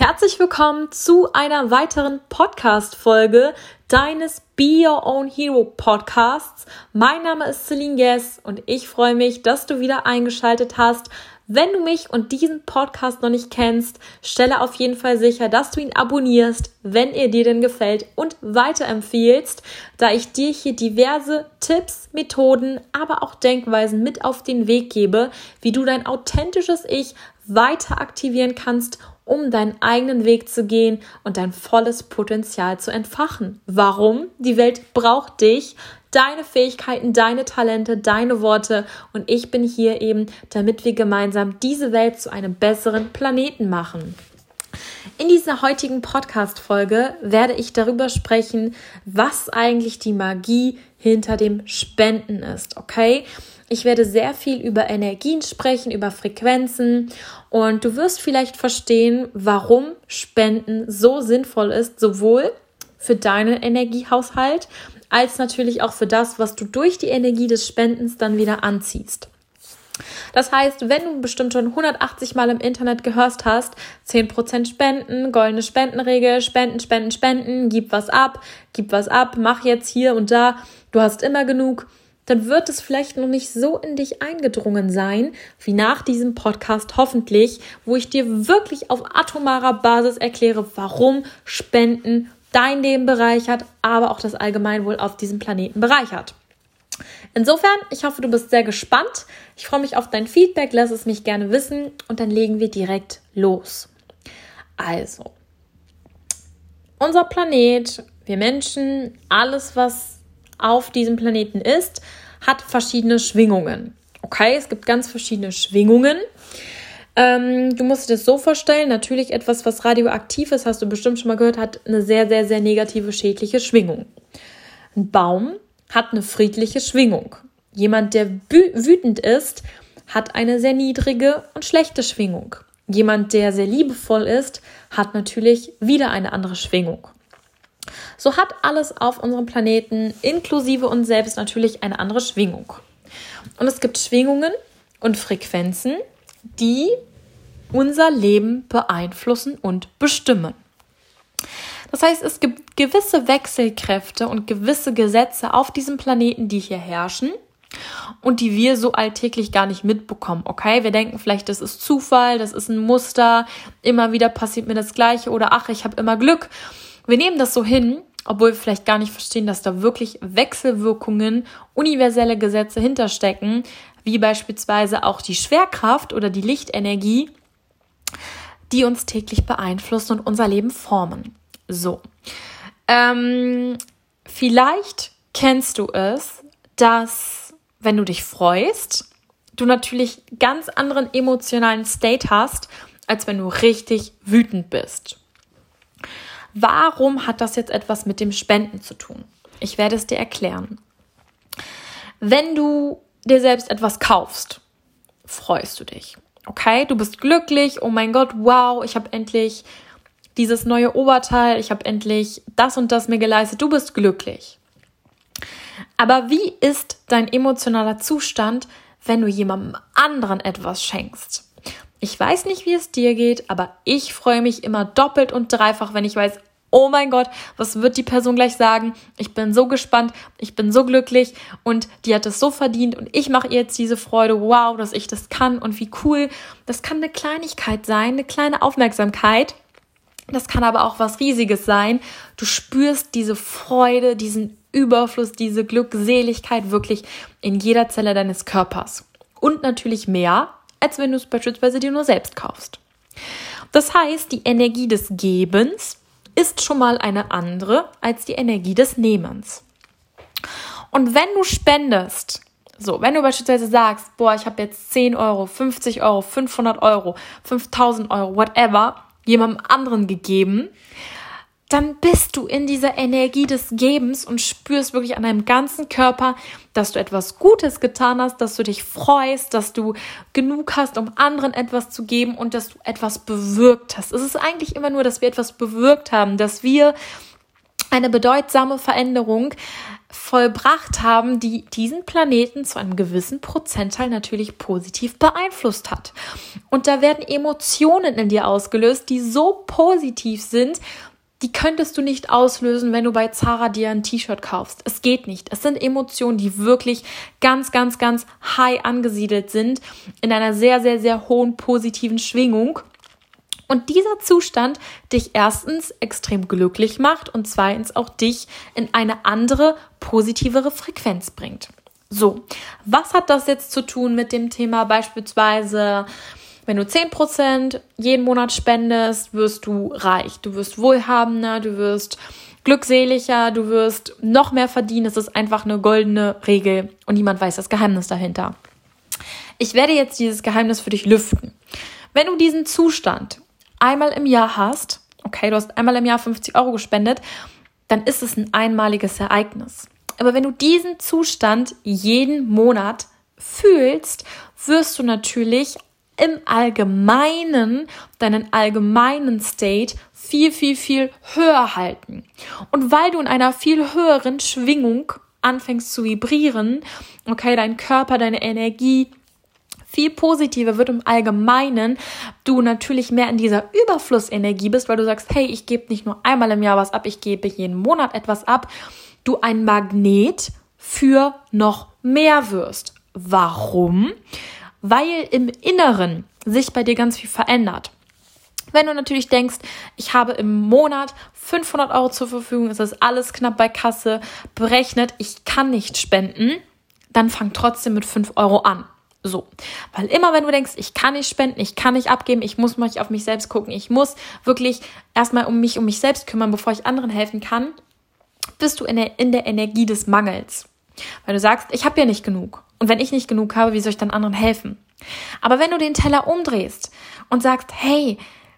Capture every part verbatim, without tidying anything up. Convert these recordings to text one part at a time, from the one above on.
Herzlich willkommen zu einer weiteren Podcast-Folge deines Be Your Own Hero Podcasts. Mein Name ist Celine Guess und ich freue mich, dass du wieder eingeschaltet hast. Wenn du mich und diesen Podcast noch nicht kennst, stelle auf jeden Fall sicher, dass du ihn abonnierst, wenn er dir denn gefällt und weiterempfiehlst, da ich dir hier diverse Tipps, Methoden, aber auch Denkweisen mit auf den Weg gebe, wie du dein authentisches Ich weiter aktivieren kannst, um deinen eigenen Weg zu gehen und dein volles Potenzial zu entfachen. Warum? Die Welt braucht dich, deine Fähigkeiten, deine Talente, deine Worte und ich bin hier eben, damit wir gemeinsam diese Welt zu einem besseren Planeten machen. In dieser heutigen Podcast-Folge werde ich darüber sprechen, was eigentlich die Magie hinter dem Spenden ist, okay? Ich werde sehr viel über Energien sprechen, über Frequenzen und du wirst vielleicht verstehen, warum Spenden so sinnvoll ist, sowohl für deinen Energiehaushalt als natürlich auch für das, was du durch die Energie des Spendens dann wieder anziehst. Das heißt, wenn du bestimmt schon hundertachtzig Mal im Internet gehört hast, zehn Prozent Spenden, goldene Spendenregel, Spenden, Spenden, Spenden, gib was ab, gib was ab, mach jetzt hier und da, du hast immer genug, dann wird es vielleicht noch nicht so in dich eingedrungen sein, wie nach diesem Podcast hoffentlich, wo ich dir wirklich auf atomarer Basis erkläre, warum Spenden dein Leben bereichert, aber auch das Allgemeinwohl auf diesem Planeten bereichert. Insofern, ich hoffe, du bist sehr gespannt. Ich freue mich auf dein Feedback, lass es mich gerne wissen und dann legen wir direkt los. Also, unser Planet, wir Menschen, alles, was auf diesem Planeten ist, hat verschiedene Schwingungen. Okay, es gibt ganz verschiedene Schwingungen. Ähm, du musst dir das so vorstellen, natürlich etwas, was radioaktiv ist, hast du bestimmt schon mal gehört, hat eine sehr, sehr, sehr negative, schädliche Schwingung. Ein Baum hat eine friedliche Schwingung. Jemand, der wütend ist, hat eine sehr niedrige und schlechte Schwingung. Jemand, der sehr liebevoll ist, hat natürlich wieder eine andere Schwingung. So hat alles auf unserem Planeten, inklusive uns selbst, natürlich eine andere Schwingung. Und es gibt Schwingungen und Frequenzen, die unser Leben beeinflussen und bestimmen. Das heißt, es gibt gewisse Wechselkräfte und gewisse Gesetze auf diesem Planeten, die hier herrschen und die wir so alltäglich gar nicht mitbekommen. Okay, wir denken vielleicht, das ist Zufall, das ist ein Muster, immer wieder passiert mir das Gleiche oder ach, ich habe immer Glück. Wir nehmen das so hin, obwohl wir vielleicht gar nicht verstehen, dass da wirklich Wechselwirkungen, universelle Gesetze hinterstecken, wie beispielsweise auch die Schwerkraft oder die Lichtenergie, die uns täglich beeinflussen und unser Leben formen. So, ähm, vielleicht kennst du es, dass, wenn du dich freust, du natürlich ganz anderen emotionalen State hast, als wenn du richtig wütend bist. Warum hat das jetzt etwas mit dem Spenden zu tun? Ich werde es dir erklären. Wenn du dir selbst etwas kaufst, freust du dich. Okay, du bist glücklich. Oh mein Gott, wow, ich habe endlich dieses neue Oberteil. Ich habe endlich das und das mir geleistet. Du bist glücklich. Aber wie ist dein emotionaler Zustand, wenn du jemandem anderen etwas schenkst? Ich weiß nicht, wie es dir geht, aber ich freue mich immer doppelt und dreifach, wenn ich weiß, oh mein Gott, was wird die Person gleich sagen? Ich bin so gespannt, ich bin so glücklich und die hat es so verdient und ich mache ihr jetzt diese Freude, wow, dass ich das kann und wie cool. Das kann eine Kleinigkeit sein, eine kleine Aufmerksamkeit. Das kann aber auch was Riesiges sein. Du spürst diese Freude, diesen Überfluss, diese Glückseligkeit wirklich in jeder Zelle deines Körpers. Und natürlich mehr, als wenn du es beispielsweise dir nur selbst kaufst. Das heißt, die Energie des Gebens ist schon mal eine andere als die Energie des Nehmens. Und wenn du spendest, so, wenn du beispielsweise sagst, boah, ich habe jetzt zehn Euro, fünfzig Euro, fünfhundert Euro, fünftausend Euro, whatever, jemandem anderen gegeben, dann bist du in dieser Energie des Gebens und spürst wirklich an deinem ganzen Körper, dass du etwas Gutes getan hast, dass du dich freust, dass du genug hast, um anderen etwas zu geben und dass du etwas bewirkt hast. Es ist eigentlich immer nur, dass wir etwas bewirkt haben, dass wir eine bedeutsame Veränderung vollbracht haben, die diesen Planeten zu einem gewissen Prozentteil natürlich positiv beeinflusst hat. Und da werden Emotionen in dir ausgelöst, die so positiv sind, die könntest du nicht auslösen, wenn du bei Zara dir ein T-Shirt kaufst. Es geht nicht. Es sind Emotionen, die wirklich ganz, ganz, ganz high angesiedelt sind, in einer sehr, sehr, sehr hohen positiven Schwingung. Und dieser Zustand dich erstens extrem glücklich macht und zweitens auch dich in eine andere, positivere Frequenz bringt. So, was hat das jetzt zu tun mit dem Thema beispielsweise, wenn du zehn Prozent jeden Monat spendest, wirst du reich, du wirst wohlhabender, du wirst glückseliger, du wirst noch mehr verdienen. Es ist einfach eine goldene Regel und niemand weiß das Geheimnis dahinter. Ich werde jetzt dieses Geheimnis für dich lüften. Wenn du diesen Zustand einmal im Jahr hast, okay, du hast einmal im Jahr fünfzig Euro gespendet, dann ist es ein einmaliges Ereignis. Aber wenn du diesen Zustand jeden Monat fühlst, wirst du natürlich im Allgemeinen deinen allgemeinen State viel, viel, viel höher halten. Und weil du in einer viel höheren Schwingung anfängst zu vibrieren, okay, dein Körper, deine Energie viel positiver wird im Allgemeinen, du natürlich mehr in dieser Überflussenergie bist, weil du sagst, hey, ich gebe nicht nur einmal im Jahr was ab, ich gebe jeden Monat etwas ab, du ein Magnet für noch mehr wirst. Warum? Weil im Inneren sich bei dir ganz viel verändert. Wenn du natürlich denkst, ich habe im Monat fünfhundert Euro zur Verfügung, es ist alles knapp bei Kasse, berechnet, ich kann nicht spenden, dann fang trotzdem mit fünf Euro an. So, weil immer wenn du denkst, ich kann nicht spenden, ich kann nicht abgeben, ich muss mich auf mich selbst gucken, ich muss wirklich erstmal um mich, um mich selbst kümmern, bevor ich anderen helfen kann, bist du in der, in der Energie des Mangels. Weil du sagst, ich habe ja nicht genug. Und wenn ich nicht genug habe, wie soll ich dann anderen helfen? Aber wenn du den Teller umdrehst und sagst, hey,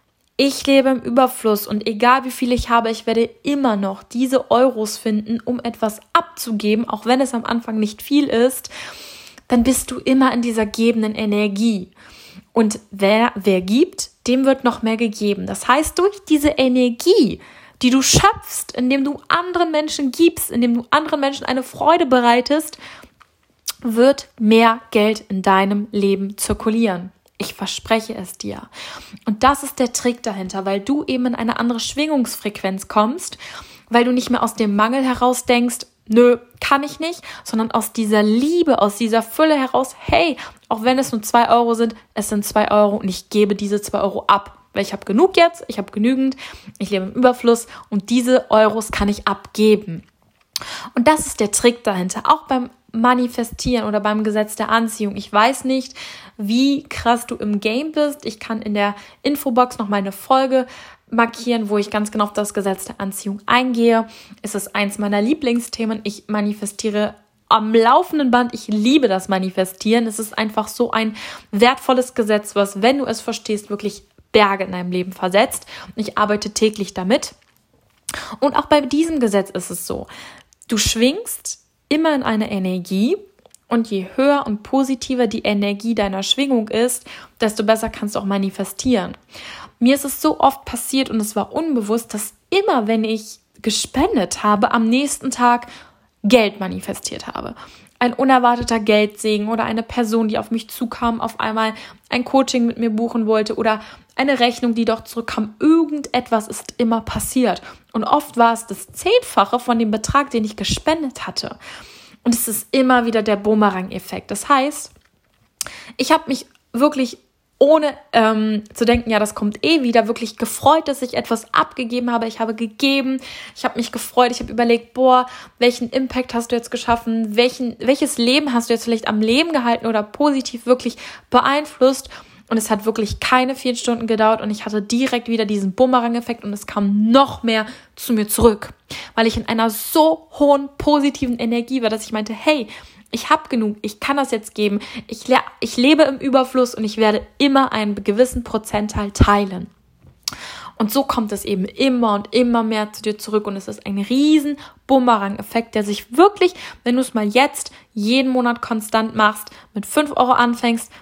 ich lebe im Überfluss und egal wie viel ich habe, ich werde immer noch diese Euros finden, um etwas abzugeben, auch wenn es am Anfang nicht viel ist, dann bist du immer in dieser gebenden Energie. Und wer, wer gibt, dem wird noch mehr gegeben. Das heißt, durch diese Energie, die du schöpfst, indem du anderen Menschen gibst, indem du anderen Menschen eine Freude bereitest, wird mehr Geld in deinem Leben zirkulieren. Ich verspreche es dir. Und das ist der Trick dahinter, weil du eben in eine andere Schwingungsfrequenz kommst, weil du nicht mehr aus dem Mangel heraus denkst, nö, kann ich nicht, sondern aus dieser Liebe, aus dieser Fülle heraus, hey, auch wenn es nur zwei Euro sind, es sind zwei Euro und ich gebe diese zwei Euro ab, weil ich habe genug jetzt, ich habe genügend, ich lebe im Überfluss und diese Euros kann ich abgeben. Und das ist der Trick dahinter, auch beim Manifestieren oder beim Gesetz der Anziehung. Ich weiß nicht, wie krass du im Game bist. Ich kann in der Infobox noch mal eine Folge markieren, wo ich ganz genau auf das Gesetz der Anziehung eingehe. Es ist eins meiner Lieblingsthemen. Ich manifestiere am laufenden Band. Ich liebe das Manifestieren. Es ist einfach so ein wertvolles Gesetz, was, wenn du es verstehst, wirklich Berge in deinem Leben versetzt. Ich arbeite täglich damit. Und auch bei diesem Gesetz ist es so. Du schwingst immer in eine Energie und je höher und positiver die Energie deiner Schwingung ist, desto besser kannst du auch manifestieren. Mir ist es so oft passiert und es war unbewusst, dass immer, wenn ich gespendet habe, am nächsten Tag Geld manifestiert habe. Ein unerwarteter Geldsegen oder eine Person, die auf mich zukam, auf einmal ein Coaching mit mir buchen wollte oder eine Rechnung, die doch zurückkam. Irgendetwas ist immer passiert. Und oft war es das Zehnfache von dem Betrag, den ich gespendet hatte. Und es ist immer wieder der Bumerang-Effekt. Das heißt, ich habe mich wirklich ohne ähm, zu denken, ja, das kommt eh wieder, wirklich gefreut, dass ich etwas abgegeben habe. Ich habe gegeben, ich habe mich gefreut, ich habe überlegt, boah, welchen Impact hast du jetzt geschaffen, welchen, welches Leben hast du jetzt vielleicht am Leben gehalten oder positiv wirklich beeinflusst. Und es hat wirklich keine vier Stunden gedauert und ich hatte direkt wieder diesen Bumerang-Effekt und es kam noch mehr zu mir zurück, weil ich in einer so hohen positiven Energie war, dass ich meinte, hey, ich habe genug, ich kann das jetzt geben, ich, le- ich lebe im Überfluss und ich werde immer einen gewissen Prozentteil teilen. Und so kommt es eben immer und immer mehr zu dir zurück und es ist ein riesen Bumerang-Effekt, der sich wirklich, wenn du es mal jetzt jeden Monat konstant machst, mit fünf Euro anfängst,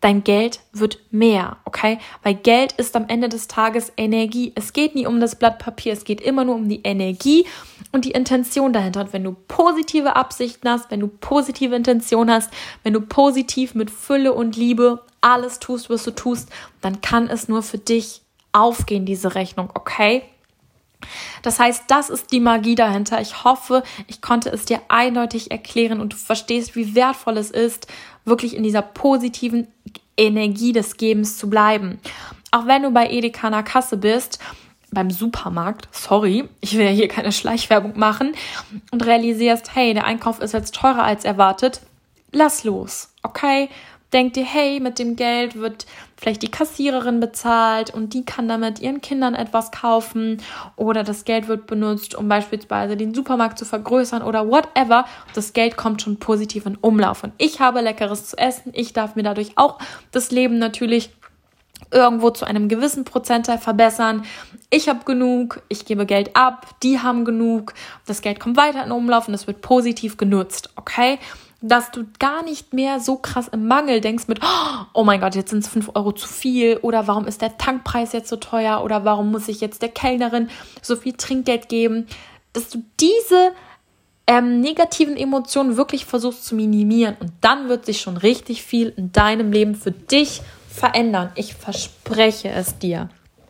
dein Geld wird mehr, okay? Weil Geld ist am Ende des Tages Energie. Es geht nie um das Blatt Papier, es geht immer nur um die Energie und die Intention dahinter. Und wenn du positive Absichten hast, wenn du positive Intention hast, wenn du positiv mit Fülle und Liebe alles tust, was du tust, dann kann es nur für dich aufgehen, diese Rechnung, okay? Das heißt, das ist die Magie dahinter. Ich hoffe, ich konnte es dir eindeutig erklären und du verstehst, wie wertvoll es ist, wirklich in dieser positiven Energie des Gebens zu bleiben. Auch wenn du bei Edeka an der Kasse bist, beim Supermarkt, sorry, ich will ja hier keine Schleichwerbung machen, und realisierst, hey, der Einkauf ist jetzt teurer als erwartet, lass los, okay? Denk dir, hey, mit dem Geld wird vielleicht die Kassiererin bezahlt und die kann damit ihren Kindern etwas kaufen oder das Geld wird benutzt, um beispielsweise den Supermarkt zu vergrößern oder whatever. Das Geld kommt schon positiv in Umlauf und ich habe Leckeres zu essen. Ich darf mir dadurch auch das Leben natürlich irgendwo zu einem gewissen Prozentteil verbessern. Ich habe genug, ich gebe Geld ab, die haben genug, das Geld kommt weiter in Umlauf und es wird positiv genutzt, okay? Dass du gar nicht mehr so krass im Mangel denkst mit, oh mein Gott, jetzt sind es fünf Euro zu viel oder warum ist der Tankpreis jetzt so teuer oder warum muss ich jetzt der Kellnerin so viel Trinkgeld geben, dass du diese ähm, negativen Emotionen wirklich versuchst zu minimieren und dann wird sich schon richtig viel in deinem Leben für dich verändern. Ich verspreche es dir.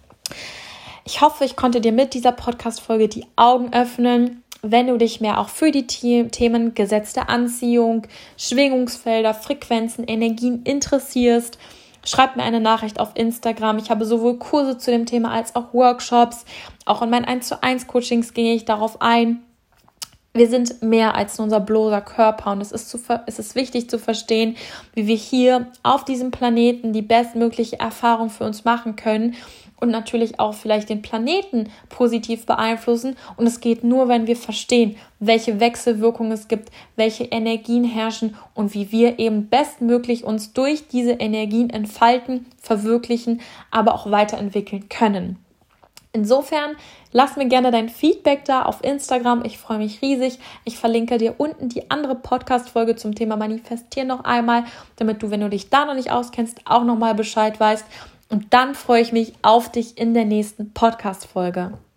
Ich hoffe, ich konnte dir mit dieser Podcast-Folge die Augen öffnen. Wenn du dich mehr auch für die Themen Gesetz der Anziehung, Schwingungsfelder, Frequenzen, Energien interessierst, schreib mir eine Nachricht auf Instagram. Ich habe sowohl Kurse zu dem Thema als auch Workshops. Auch in meinen eins zu eins Coachings gehe ich darauf ein. Wir sind mehr als nur unser bloßer Körper und es ist, zu, es ist wichtig zu verstehen, wie wir hier auf diesem Planeten die bestmögliche Erfahrung für uns machen können und natürlich auch vielleicht den Planeten positiv beeinflussen. Und es geht nur, wenn wir verstehen, welche Wechselwirkungen es gibt, welche Energien herrschen und wie wir eben bestmöglich uns durch diese Energien entfalten, verwirklichen, aber auch weiterentwickeln können. Insofern, lass mir gerne dein Feedback da auf Instagram. Ich freue mich riesig. Ich verlinke dir unten die andere Podcast-Folge zum Thema Manifestieren noch einmal, damit du, wenn du dich da noch nicht auskennst, auch nochmal Bescheid weißt. Und dann freue ich mich auf dich in der nächsten Podcast-Folge.